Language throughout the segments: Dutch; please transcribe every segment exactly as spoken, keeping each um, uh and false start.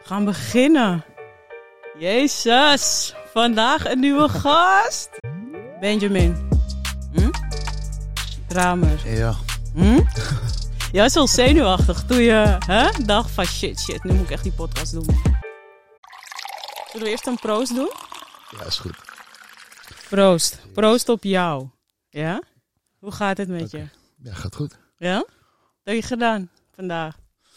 gaan beginnen. Jezus, vandaag een nieuwe gast. Benjamin. Hm? Kramer. Ja. Hm? Jij was wel zenuwachtig toen je hè, dacht van shit, shit, nu moet ik echt die podcast doen. Zullen we eerst een proost doen? Ja, is goed. Proost. Proost op jou. Ja? Hoe gaat het met Okay. je? Ja, gaat goed. Ja? Wat heb je gedaan vandaag?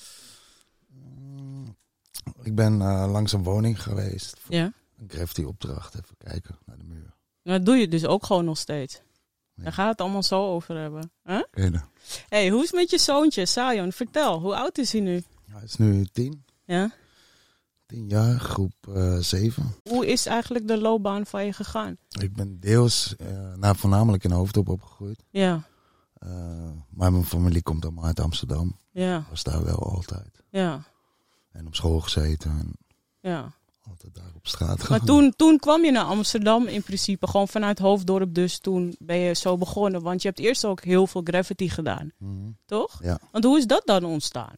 Ik ben uh, langs een woning geweest. Voor Ja? een graffiti-opdracht. Even kijken naar de muur. Nou, dat doe je dus ook gewoon nog steeds. Ja. Daar gaat het allemaal zo over hebben. Huh? Ene. Hey, hoe is het met je zoontje, Sion? Vertel, hoe oud is hij nu? Hij is nu tien. Ja? Tien jaar, groep uh, zeven. Hoe is eigenlijk de loopbaan van je gegaan? Ik ben deels, uh, nou, voornamelijk in Hoofddorp opgegroeid. Ja, Uh, maar mijn familie komt allemaal uit Amsterdam. ja, Was daar wel altijd. ja, En op school gezeten en ja. altijd daar op straat Maar gegaan. toen, toen kwam je naar Amsterdam in principe, gewoon vanuit Hoofddorp dus. Toen ben je zo begonnen, want je hebt eerst ook heel veel graffiti gedaan, Mm-hmm. toch? Ja. Want hoe is dat dan ontstaan?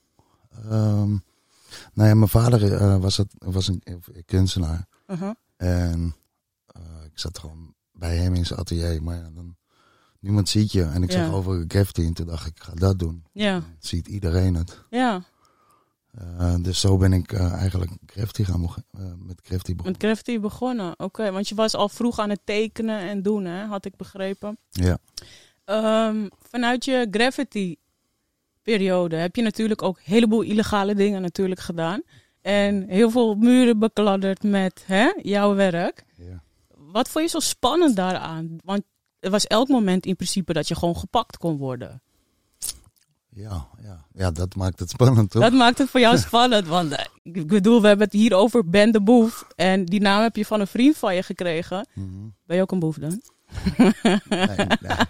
Um, nou ja, mijn vader uh, was, het, was een kunstenaar. Uh-huh. En uh, ik zat gewoon bij hem in zijn atelier. Maar ja, dan, niemand ziet je. En ik Ja. zag over graffiti en toen dacht ik, ik ga dat doen. Ja, Dan ziet iedereen het. ja, Uh, dus zo ben ik uh, eigenlijk graffiti gaan mo- uh, met graffiti begonnen. met graffiti begonnen. Oké, okay, want je was al vroeg aan het tekenen en doen, hè? Had ik begrepen. Ja. Um, vanuit je graffiti-periode heb je natuurlijk ook een heleboel illegale dingen natuurlijk gedaan. En heel veel muren bekladderd met hè, jouw werk. Ja. Wat vond je zo spannend daaraan? Want er was elk moment in principe dat je gewoon gepakt kon worden. Ja, ja. ja, dat maakt het spannend, toch? Dat maakt het voor jou spannend. Want uh, ik bedoel, we hebben het hier over Ben de Boef. En die naam heb je van een vriend van je gekregen. Mm-hmm. Ben je ook een boef dan? Nee, nee.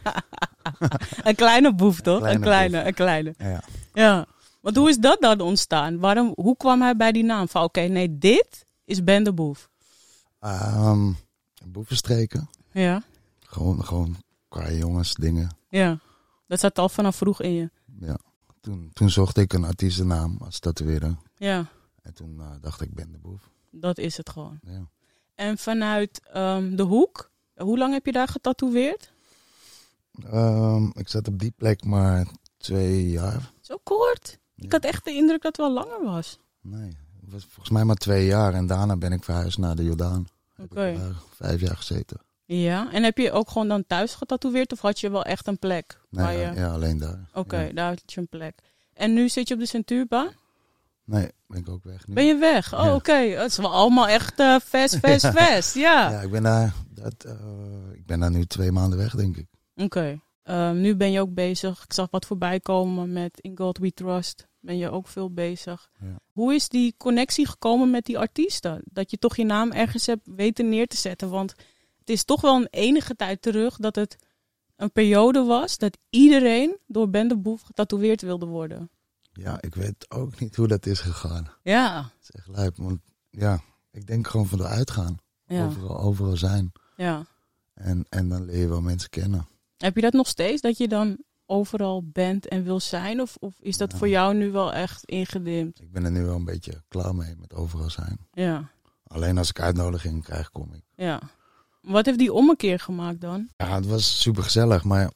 Een kleine boef, toch? Kleine een kleine, boef. een kleine. Ja. Ja. Want hoe is dat dan ontstaan? Waarom, hoe kwam hij bij die naam? Van oké, okay, nee, dit is Ben de Boef. Um, boevenstreken. Ja. Gewoon, gewoon qua jongens, dingen. Ja. Dat zat al vanaf vroeg in je. Ja. Toen, toen zocht ik een artiestennaam als tatoeëerder. Ja. En toen uh, dacht ik, Ben de Boef. Dat is het gewoon. Ja. En vanuit um, de hoek, hoe lang heb je daar getatoeëerd? Um, ik zat op die plek maar twee jaar. Zo kort. Ik had echt de indruk dat het wel langer was. Nee, het was volgens mij maar twee jaar. En daarna ben ik verhuisd naar de Jordaan. Oké. Okay. Heb ik daar vijf jaar gezeten. Ja, en heb je ook gewoon dan thuis getatoeëerd of had je wel echt een plek? Nee, waar je... ja, ja, alleen daar. Oké, okay, ja. daar had je een plek. En nu zit je op de Centuurbaan? Nee, ben ik ook weg nu. Ben je weg? Oh, ja. oké. Okay. Het is wel allemaal echt uh, fast, fast, fast. Ja. Ja, ik ben daar, dat, uh, ik ben daar nu twee maanden weg, denk ik. Oké. Okay. Uh, nu ben je ook bezig. Ik zag wat voorbij komen met In God We Trust. Ben je ook veel bezig. Ja. Hoe is die connectie gekomen met die artiesten? Dat je toch je naam ergens hebt weten neer te zetten. Want het is toch wel een enige tijd terug dat het een periode was dat iedereen door Ben de Boef getatoeëerd wilde worden. Ja, ik weet ook niet hoe dat is gegaan. Ja. Het is echt lijp, want ja, ik denk gewoon van eruit gaan. Ja. Overal, overal zijn. Ja. En, en dan leer je wel mensen kennen. Heb je dat nog steeds, dat je dan overal bent en wil zijn? Of, of is dat ja. voor jou nu wel echt ingedimd? Ik ben er nu wel een beetje klaar mee met overal zijn. Ja. Alleen als ik uitnodiging krijg, kom ik. Ja. Wat heeft die ommekeer gemaakt dan? Ja, het was super gezellig, maar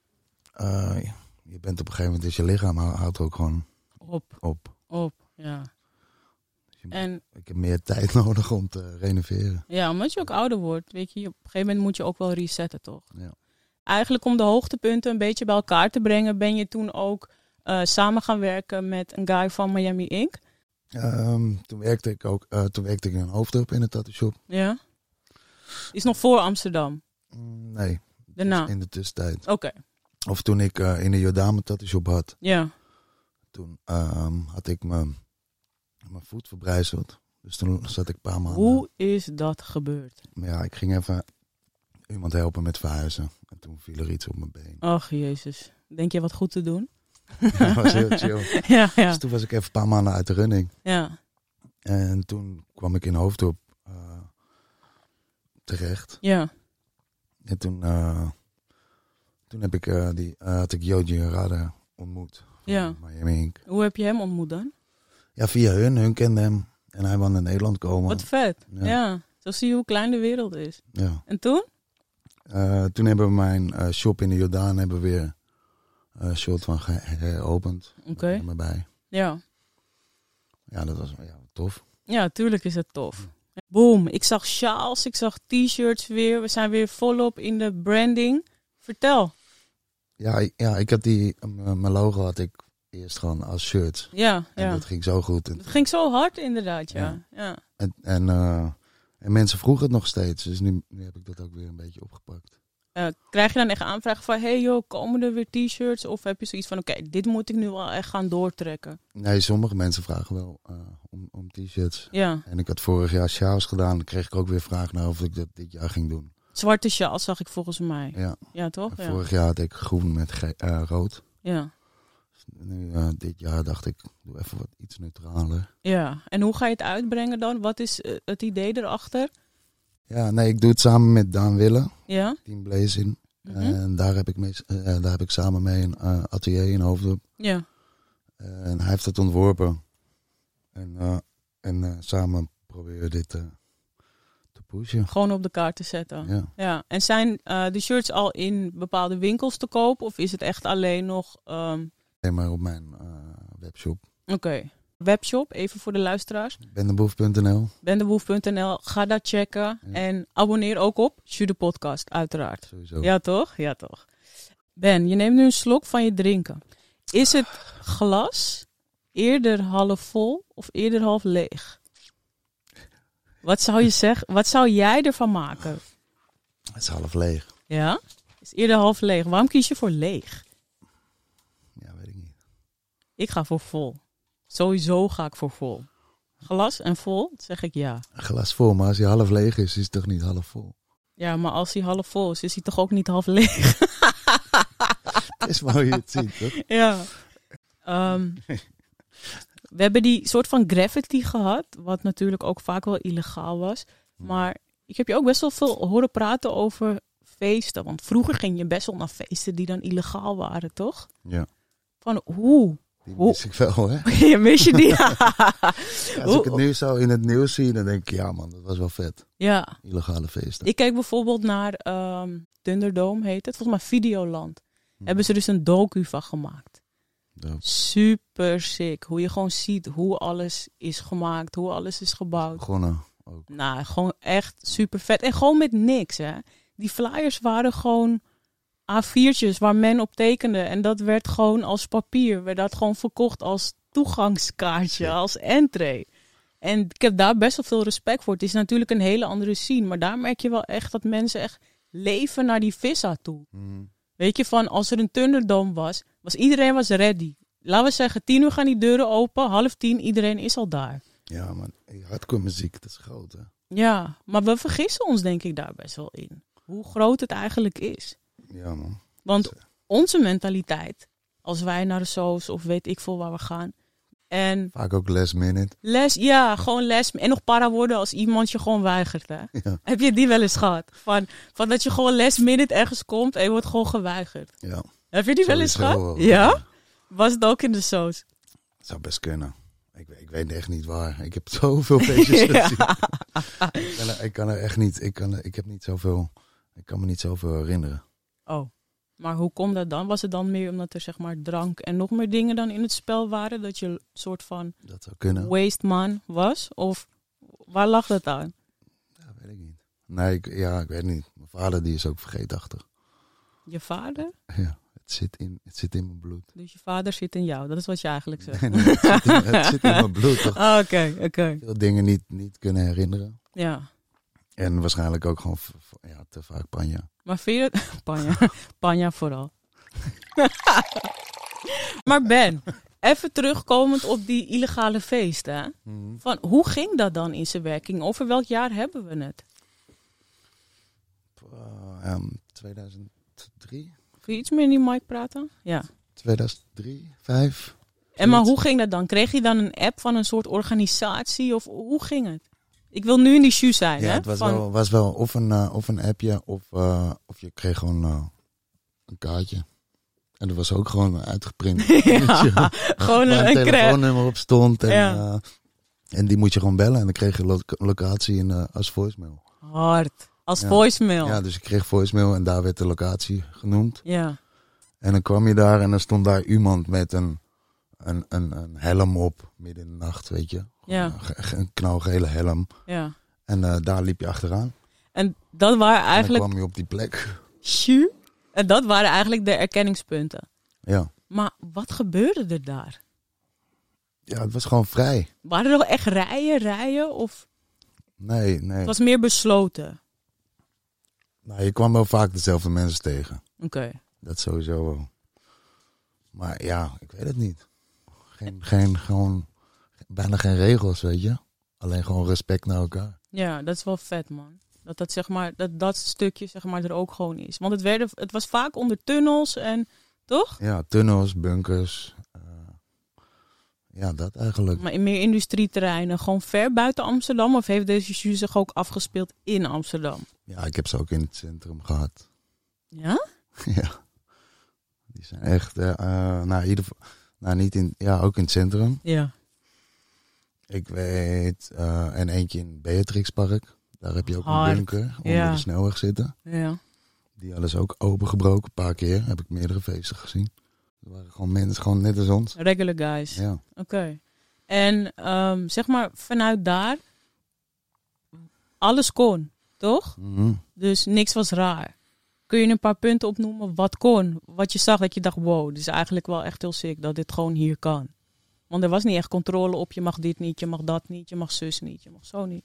uh, je bent op een gegeven moment, dus je lichaam houdt er ook gewoon op. Op, op ja. Dus je, en, ik heb meer tijd nodig om te renoveren. Ja, omdat je ook ouder wordt. Weet je, op een gegeven moment moet je ook wel resetten, toch? Ja. Eigenlijk om de hoogtepunten een beetje bij elkaar te brengen, ben je toen ook uh, samen gaan werken met een guy van Miami Incorporated. Um, toen werkte ik ook, uh, toen werkte ik in Hoofddorp in de tattoo shop. Ja. Is nog voor Amsterdam? Mm, nee. Daarna? In de tussentijd. Oké. Okay. Of toen ik uh, in de Jordaan mijn tattoo shop had. Ja. Toen um, had ik mijn voet verbrijzeld. Dus toen zat ik een paar maanden. Hoe is dat gebeurd? Ja, ik ging even iemand helpen met verhuizen. En toen viel er iets op mijn been. Ach, Jezus. Denk je wat goed te doen? Ja, dat was heel chill. Ja, ja. Dus toen was ik even een paar maanden uit de running. Ja. En toen kwam ik in Hoofddorp uh, terecht. Ja. En toen, uh, toen heb ik, uh, die, uh, had ik Yoji Rada ontmoet. Ja. Miami Incorporated. Hoe heb je hem ontmoet dan? Ja, via hun. Hun kenden hem. En hij wou naar Nederland komen. Wat vet. Ja. ja. Zo zie je hoe klein de wereld is. Ja. En toen? Uh, toen hebben we mijn uh, shop in de Jordaan hebben we weer een uh, soort van geopend. Oké. Okay. Bij. Ja. Ja, dat was ja, tof. Ja, tuurlijk is het tof. Boom. Ik zag sjaals, ik zag t-shirts weer. We zijn weer volop in de branding. Vertel. Ja, ja ik had die, mijn logo had ik eerst gewoon als shirt. Ja, en ja. dat ging zo goed. Het ging zo hard inderdaad, ja. ja. ja. En, en, uh, en mensen vroegen het nog steeds. Dus nu, nu heb ik dat ook weer een beetje opgepakt. Uh, krijg je dan echt aanvragen van, hey joh, komen er weer t-shirts? Of heb je zoiets van, oké, okay, dit moet ik nu wel echt gaan doortrekken? Nee, sommige mensen vragen wel uh, om, om t-shirts. Ja. En ik had vorig jaar sjaals gedaan. Dan kreeg ik ook weer vragen naar of ik dat dit jaar ging doen. Zwarte sjaals zag ik volgens mij. Ja. Ja, toch? En ja. Vorig jaar had ik groen met ge- uh, rood. Ja. Nu, uh, dit jaar dacht ik, doe even wat iets neutraler. Ja, en hoe ga je het uitbrengen dan? Wat is uh, het idee erachter? Ja, nee, ik doe het samen met Daan Wille. Ja. Team Blazing. Mm-hmm. En daar heb, ik mee, uh, daar heb ik samen mee een uh, atelier in Hoofddorp. Ja. Uh, en hij heeft het ontworpen. En, uh, en uh, samen proberen we dit uh, te pushen. Gewoon op de kaart te zetten. Ja. Ja. En zijn uh, de shirts al in bepaalde winkels te koop? Of is het echt alleen nog... Um... Nee, maar op mijn uh, webshop. Oké. Okay. Webshop, even voor de luisteraars. Bendeboef punt n l Bendeboef punt n l. Ga dat checken. Ja. En abonneer ook op Sjoerd de podcast, uiteraard. Sowieso. Ja toch? Ja toch. Ben, je neemt nu een slok van je drinken. Is het glas eerder half vol of eerder half leeg? Wat zou je zeggen? Wat zou jij ervan maken? Het is half leeg. Ja? Het is eerder half leeg. Waarom kies je voor leeg? Ja, weet ik niet. Ik ga voor vol. Sowieso ga ik voor vol. Glas en vol, zeg ik ja. Een glas vol, maar als hij half leeg is, is het toch niet half vol? Ja, maar als hij half vol is, is hij toch ook niet half leeg? Het is maar hoe je het ziet, toch? Ja. Um, we hebben die soort van graffiti gehad, wat natuurlijk ook vaak wel illegaal was. Maar ik heb je ook best wel veel horen praten over feesten. Want vroeger ging je best wel naar feesten die dan illegaal waren, toch? Ja. Van hoe? Die mis ik wel, hè? Ja, mis je die? Ja, als ik het nu zo in het nieuws zie, dan denk ik, ja man, dat was wel vet. Ja. Illegale feesten. Ik keek bijvoorbeeld naar um, Thunderdome, heet het. Volgens mij Videoland. Hmm. Hebben ze dus een docu van gemaakt. Ja. Super sick. Hoe je gewoon ziet hoe alles is gemaakt, hoe alles is gebouwd. Begonnen ook. Nou, gewoon echt super vet. En gewoon met niks, hè. Die flyers waren gewoon A viertjes waar men op tekende. En dat werd gewoon als papier. Werd dat gewoon verkocht als toegangskaartje, ja. Als entree. En ik heb daar best wel veel respect voor. Het is natuurlijk een hele andere scene. Maar daar merk je wel echt dat mensen echt leven naar die vissa toe. Mm. Weet je, van als er een Thunderdome was, was iedereen was ready. Laten we zeggen, tien uur gaan die deuren open. Half tien, iedereen is al daar. Ja, man. Hardcore muziek, dat is groot, hè? Ja, maar we vergissen ons denk ik daar best wel in. Hoe groot het eigenlijk is. Ja, man. Want onze mentaliteit, als wij naar de shows of weet ik veel waar we gaan. En vaak ook last minute. Les, ja, gewoon les. En nog para worden als iemand je gewoon weigert, hè. Ja. Heb je die wel eens gehad? Van, van dat je gewoon last minute ergens komt en je wordt gewoon geweigerd. Ja. Heb je die wel eens gehad? Wel. Ja? Was het ook in de shows? Het zou best kunnen. Ik, ik weet echt niet waar. Ik heb zoveel feestjes ja. gezien. ik, kan er, ik kan er echt niet. Ik, kan er, ik heb niet zoveel. Ik kan me niet zoveel herinneren. Oh. Maar hoe komt dat dan? Was het dan meer omdat er zeg maar drank en nog meer dingen dan in het spel waren? Dat je een soort van dat zou kunnen. Waste man was? Of waar lag dat aan? Ja, weet ik niet. Nee, ik, ja, ik weet niet. Mijn vader die is ook vergeetachtig. Je vader? Ja, het zit in, het zit in mijn bloed. Dus je vader zit in jou? Dat is wat je eigenlijk zegt. Nee, nee, het, zit in, het zit in mijn bloed. Toch? Oké, okay, oké. Okay. Veel dingen niet, niet kunnen herinneren. Ja. En waarschijnlijk ook gewoon ja, te vaak panja. Maar vind je het... Panja. Panja vooral. Maar Ben, even terugkomend op die illegale feesten. Mm-hmm. Van, hoe ging dat dan in zijn werking? Over welk jaar hebben we het? Uh, um, tweeduizend drie. Kun je iets meer in die mic praten? Ja. tweeduizend drie, vijf. En maar hoe ging dat dan? Kreeg je dan een app van een soort organisatie? Of hoe ging het? Ik wil nu in die shoes zijn. Ja, hè? het was, van... wel, was wel of een, uh, of een appje of, uh, of je kreeg gewoon uh, een kaartje. En dat was ook gewoon uitgeprint. Ja, gewoon waar een een telefoonnummer op stond. En, ja. uh, En die moet je gewoon bellen en dan kreeg je lo- locatie in, uh, als voicemail. Hard. Als ja. voicemail. Ja, dus ik kreeg voicemail en daar werd de locatie genoemd. Ja. En dan kwam je daar en dan stond daar iemand met een, een, een, een helm op, midden in de nacht, weet je. Ja. Een, een knalgele helm. Ja. En uh, daar liep je achteraan. En dat waren eigenlijk... En dan kwam je op die plek. Sjoe. En dat waren eigenlijk de erkenningspunten. Ja. Maar wat gebeurde er daar? Ja, het was gewoon vrij. Waren er nog echt rijen, rijen? Of... Nee, nee. Het was meer besloten? Nou, je kwam wel vaak dezelfde mensen tegen. Oké. Okay. Dat sowieso wel. Maar ja, ik weet het niet. Geen, geen, gewoon, bijna geen regels, weet je. Alleen gewoon respect naar elkaar. Ja, dat is wel vet, man. Dat dat, zeg maar, dat, dat stukje zeg maar, er ook gewoon is. Want het, werden, het was vaak onder tunnels en... Toch? Ja, tunnels, bunkers. Uh, ja, dat eigenlijk. Maar in meer industrieterreinen, gewoon ver buiten Amsterdam? Of heeft deze jus zich ook afgespeeld in Amsterdam? Ja, ik heb ze ook in het centrum gehad. Ja? Ja. Die zijn echt, uh, nou, in ieder geval, nou, niet in, ja, ook in het centrum. Ja. Ik weet, uh, en eentje in Beatrixpark. Daar heb je ook Hard. een bunker onder Ja. de snelweg zitten. Ja. Die hadden ze ook opengebroken, een paar keer. Heb ik meerdere feesten gezien. Er waren gewoon mensen, gewoon net als ons. Regular guys. Ja. Oké. Okay. En um, zeg maar vanuit daar, alles kon, toch? Mm-hmm. Dus niks was raar. Kun je een paar punten opnoemen wat kon? Wat je zag dat je dacht, wow, dit is eigenlijk wel echt heel sick dat dit gewoon hier kan. Want er was niet echt controle op, je mag dit niet, je mag dat niet, je mag zus niet, je mag zo niet.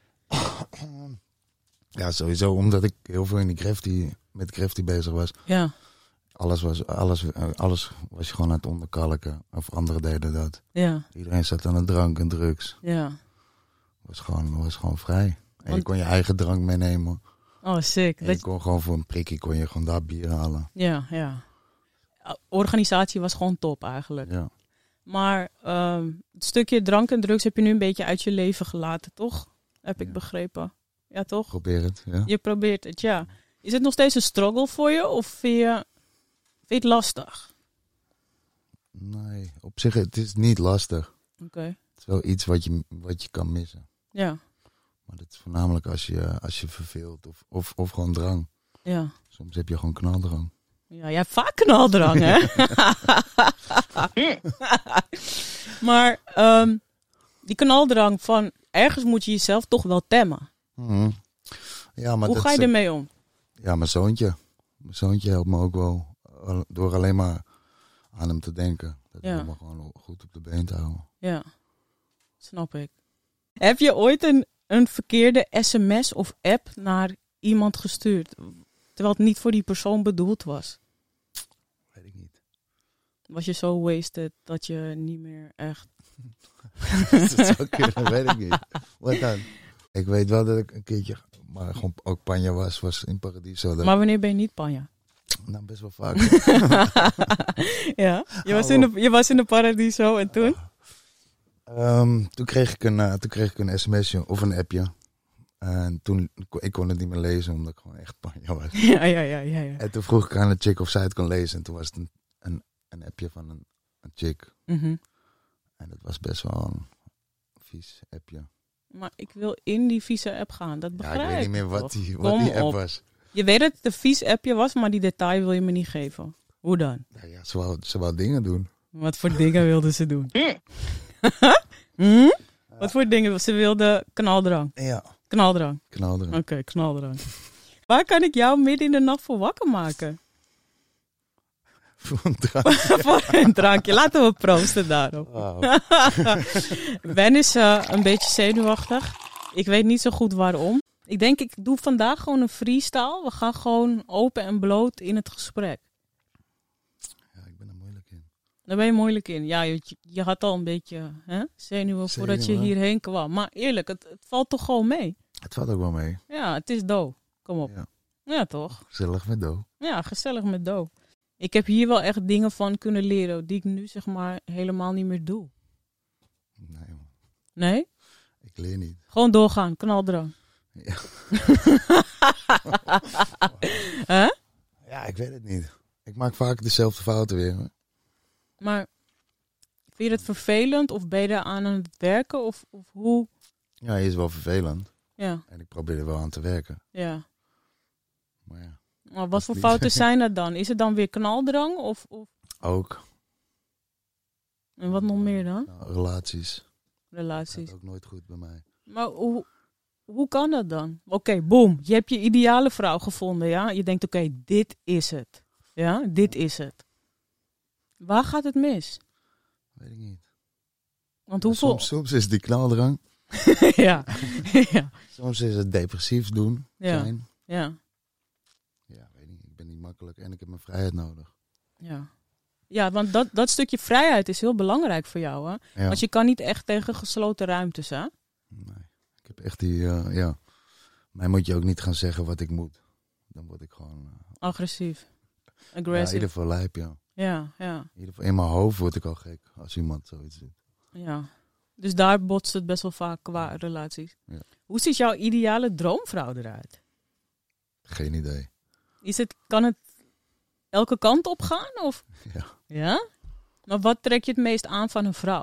Ja, sowieso, omdat ik heel veel in die graffiti, met graffiti bezig was. Ja. Alles was, alles, alles was je gewoon aan het onderkalken. Of anderen deden dat. Ja. Iedereen zat aan de drank en drugs. Ja. Was gewoon, was gewoon vrij. En Want... je kon je eigen drank meenemen. Oh, sick. En dat... je kon gewoon voor een prikkie kon je gewoon daar bier halen. Ja, ja. Organisatie was gewoon top eigenlijk. Ja. Maar um, het stukje drank en drugs heb je nu een beetje uit je leven gelaten, toch? Heb ik Ja. begrepen. Ja, toch? Probeer het, ja. Je probeert het, ja. Is het nog steeds een struggle voor je of vind je, vind je het lastig? Nee, op zich, het is niet lastig. Oké. Okay. Het is wel iets wat je, wat je kan missen. Ja. Maar dat is voornamelijk als je, als je verveelt of, of, of gewoon drang. Ja. Soms heb je gewoon knaldrang. Ja, jij hebt vaak knaldrang, hè? Maar um, die knaldrang van ergens moet je jezelf toch wel temmen. Mm-hmm. Ja, maar hoe dat ga je is, ermee om? Ja, mijn zoontje. Mijn zoontje helpt me ook wel. Door alleen maar aan hem te denken. Dat ja. helpt me gewoon goed op de been te houden. Ja, snap ik. Heb je ooit een, een verkeerde sms of app naar iemand gestuurd? Terwijl het niet voor die persoon bedoeld was? Weet ik niet. Was je zo wasted dat je niet meer echt... Dat zou kunnen, weet ik niet. Wat dan? Ik weet wel dat ik een keertje, maar gewoon ook panja was, was in Paradiso. Dat... Maar wanneer ben je niet panja? Nou, best wel vaak. Ja, je was, in de, je was in de Paradiso en toen? Um, toen, kreeg ik een, uh, toen kreeg ik een sms'je of een appje. En toen, ik kon het niet meer lezen, omdat ik gewoon echt panja was. Ja, ja, ja, ja, ja. En toen vroeg ik aan de chick of zij het kon lezen. En toen was het een, een, een appje van een, een chick. Mm-hmm. En dat was best wel een vies appje. Maar ik wil in die vieze app gaan, dat begrijp ik. Ja, ik weet niet meer wat die, wat Kom die app op. was. Je weet dat het een vies appje was, maar die detail wil je me niet geven. Hoe dan? Ja, ja, ze, wou, ze wou dingen doen. Wat voor dingen wilden ze doen? hm? Wat voor dingen? Ze wilden knaldrang. Ja. Knaldrang. Knaldrang. Oké, okay, knaldrang. Waar kan ik jou midden in de nacht voor wakker maken? Voor een drankje. Voor een drankje. Laten we proosten daarop. Wow. Ben is uh, een beetje zenuwachtig. Ik weet niet zo goed waarom. Ik denk, ik doe vandaag gewoon een freestyle. We gaan gewoon open en bloot in het gesprek. Ja, ik ben er moeilijk in. Daar ben je moeilijk in. Ja, je, je had al een beetje hè, zenuwen voordat je hierheen kwam. Maar eerlijk, het, het valt toch gewoon mee? Het valt ook wel mee. Ja, het is Do. Kom op. Ja, ja toch? gezellig met Do. Ja, gezellig met Do. Ik heb hier wel echt dingen van kunnen leren die ik nu zeg maar helemaal niet meer doe. Nee, man. Nee? Ik leer niet. Gewoon doorgaan, knaldrang. Ja. huh? Ja, ik weet het niet. Ik maak vaak dezelfde fouten weer. Hoor. Maar je het vervelend of ben je daar aan het werken? Of, of hoe? Ja, hij is wel vervelend. Ja. En ik probeer er wel aan te werken. Ja. Maar ja. Maar wat voor fouten zijn dat dan? Is het dan weer knaldrang? Of, of... Ook. En wat nog meer dan? Nou, relaties. Relaties. Dat ook nooit goed bij mij. Maar hoe, hoe kan dat dan? Oké, okay, boom. Je hebt je ideale vrouw gevonden, ja? Je denkt, oké, okay, dit is het. Ja, dit is het. Waar gaat het mis? Weet ik niet. Want hoeveel... Soms, soms is het die knaldrang. ja. ja. Soms is het depressief doen. Ja. Zijn. Ja. Ja, weet niet. Ik ben niet makkelijk en ik heb mijn vrijheid nodig. Ja. Ja, want dat, dat stukje vrijheid is heel belangrijk voor jou, hè? Ja. Want je kan niet echt tegen gesloten ruimtes, hè? Nee. Ik heb echt die, uh, ja. Mij moet je ook niet gaan zeggen wat ik moet. Dan word ik gewoon... Uh, Agressief. Aggressive. Ja, in ieder geval lijp, ja. Ja, ja. In ieder geval in mijn hoofd word ik al gek als iemand zoiets doet. Ja. Dus daar botst het best wel vaak qua relaties. Ja. Hoe ziet jouw ideale droomvrouw eruit? Geen idee. Is het, kan het elke kant op gaan? Of? Ja. Ja? Maar wat trek je het meest aan van een vrouw?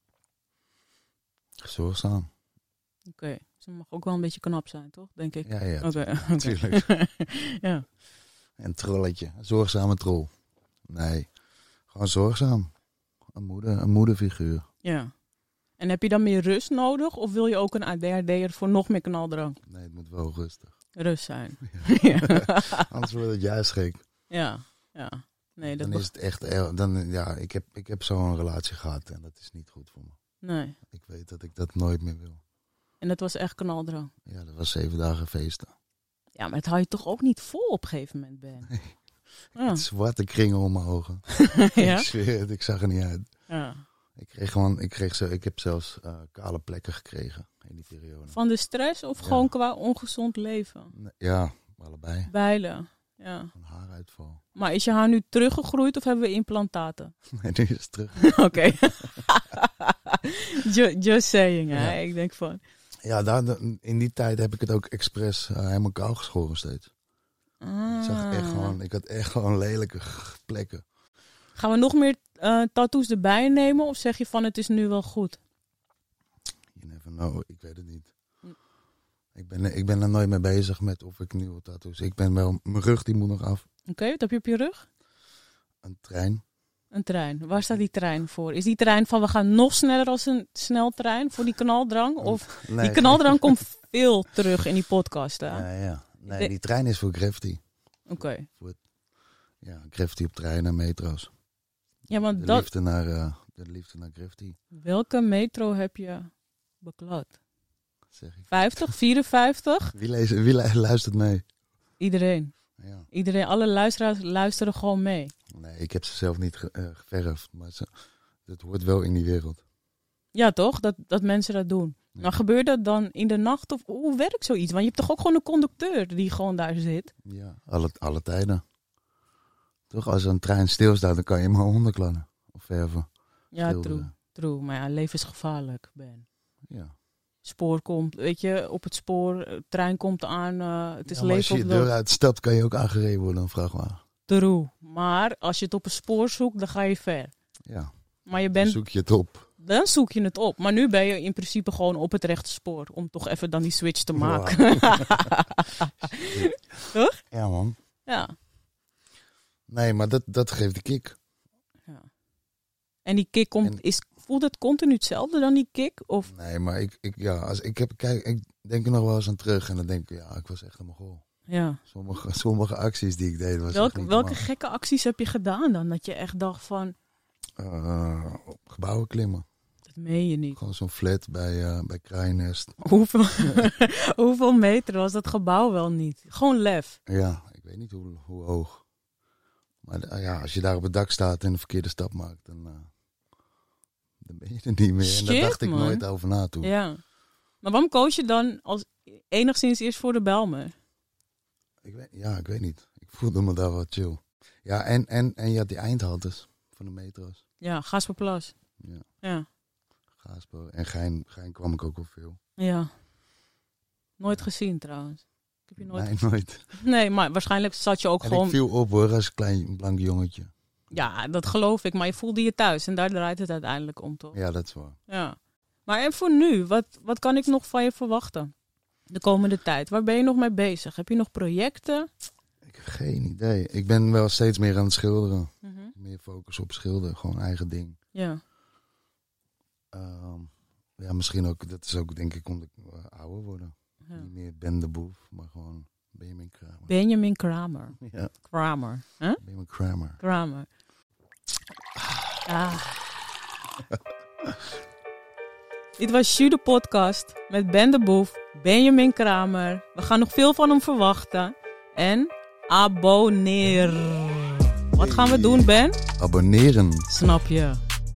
Zorgzaam. Oké. Okay. Ze mag ook wel een beetje knap zijn, toch? Denk ik. Ja, ja. Okay. Natuurlijk. ja. En trolletje. Een zorgzame troll. Nee. Gewoon zorgzaam. Een moeder, een moederfiguur. Ja. En heb je dan meer rust nodig? Of wil je ook een A D H D'er voor nog meer knaldrang? Nee, het moet wel rustig. Rust zijn. Ja. ja. Anders wordt het juist gek. Ja, ja. Nee, dat dan is het echt... Dan, ja, ik heb, ik heb zo'n relatie gehad en dat is niet goed voor me. Nee. Ik weet dat ik dat nooit meer wil. En dat was echt knaldrang? Ja, dat was zeven dagen feesten. Ja, maar het hou je toch ook niet vol op een gegeven moment, Ben? Nee. Ja. Het zwarte kringen om mijn ogen. ja? Ik zweer het, ik zag er niet uit. Ja. Ik kreeg gewoon, ik kreeg zo, ik heb zelfs uh, kale plekken gekregen in die periode. Van de stress of ja. gewoon qua ongezond leven? Ja, allebei. Beide, ja. Een haaruitval. Maar is je haar nu teruggegroeid of hebben we implantaten? Nee, nu is het terug. Oké. Okay. just, just saying, hè. Ja. Ik denk van... Ja, daar, in die tijd heb ik het ook expres uh, helemaal kaal geschoren steeds. Ah. Ik zag echt gewoon, ik had echt gewoon lelijke plekken. Gaan we nog meer uh, tattoos erbij nemen of zeg je van het is nu wel goed? You never know, ik weet het niet. Hm. Ik ben, ik ben er nooit mee bezig met of ik nieuwe tattoos. Ik ben wel, mijn rug die moet nog af. Oké, okay, wat heb je op je rug? Een trein. Een trein. Waar staat die trein voor? Is die trein van we gaan nog sneller als een sneltrein voor die knaldrang? Of nee, die knaldrang komt veel terug in die podcast, hè? Ja, ja. Nee, die trein is voor graffiti. Oké. Okay. Ja, graffiti op treinen en metro's. Ja, want de, dat... liefde naar, uh, de liefde naar graffiti. Welke metro heb je beklad? Zeg ik. vijftig, vierenvijftig? Wie, leest, wie luistert mee? Iedereen. Ja. Iedereen, alle luisteraars luisteren gewoon mee. Nee, ik heb ze zelf niet ge, uh, geverfd, maar ze, het hoort wel in die wereld. Ja, toch? Dat, dat mensen dat doen. Ja. Maar gebeurt dat dan in de nacht of hoe werkt zoiets? Want je hebt toch ook gewoon een conducteur die gewoon daar zit? Ja, alle, alle tijden. Toch, als een trein stilstaat, dan kan je hem gewoon onderklannen of verven. Ja, schilderen. true, true. Maar ja, leven is gevaarlijk, Ben. Ja. Spoor komt, weet je, op het spoor, trein komt aan, uh, het is ja, leven als je je deur uitstapt, kan je ook aangereden worden, een vrachtwagen. True. Maar als je het op een spoor zoekt, dan ga je ver. Ja. Maar je bent... Dan zoek je het op. Dan zoek je het op. Maar nu ben je in principe gewoon op het rechte spoor. Om toch even dan die switch te maken. Wow. Toch? Ja, man. Ja. Nee, maar dat, dat geeft de kick. Ja. En die kick komt... En... Is, voelt het continu hetzelfde dan die kick? Of? Nee, maar ik, ik, ja, als, ik, heb, kijk, ik denk er nog wel eens aan terug. En dan denk ik, ja, ik was echt een Mongool. Ja. Sommige, sommige acties die ik deed was welke, niet welke gekke acties heb je gedaan dan? Dat je echt dacht van... Uh, op gebouwen klimmen. Dat meen je niet. Gewoon zo'n flat bij, uh, bij Kraaiennest. Hoeveel, hoeveel meter was dat gebouw wel niet? Gewoon lef. Ja, ik weet niet hoe, hoe hoog. Maar uh, ja, als je daar op het dak staat en een verkeerde stap maakt, dan, uh, dan ben je er niet meer. Shit, en daar dacht ik man. nooit over na toen. Ja. Maar waarom koos je dan als enigszins eerst voor de Bijlmer? Ik weet, ja, ik weet niet. Ik voelde me daar wat chill. Ja, en, en, en je had die eindhaltes van de metro's. Ja, Gasperplas. Ja. Ja. Gasper. En Gein, Gein kwam ik ook wel veel. Ja. Nooit ja. gezien trouwens. Ik heb je nooit Nee, gezien. nooit. Nee, maar waarschijnlijk zat je ook en gewoon... ik viel op hoor, als klein blank jongetje. Ja, dat geloof ik. Maar je voelde je thuis. En daar draait het uiteindelijk om, toch? Ja, dat is waar. Ja. Maar en voor nu? Wat, wat kan ik nog van je verwachten? De komende tijd. Waar ben je nog mee bezig? Heb je nog projecten? Ik heb geen idee. Ik ben wel steeds meer aan het schilderen. Mm-hmm. Meer focus op schilderen. Gewoon eigen ding. Ja. Um, ja, misschien ook. Dat is ook denk ik omdat ik uh, ouder word. Ja. Niet meer Ben de Boef, maar gewoon Benjamin Kramer. Benjamin Kramer. Ja. Kramer. Huh? Benjamin Kramer. Kramer. Ah. Dit was Jus de podcast met Ben de Boef, Benjamin Kramer. We gaan nog veel van hem verwachten. En abonneer. Wat gaan we doen, Ben? Abonneren. Snap je.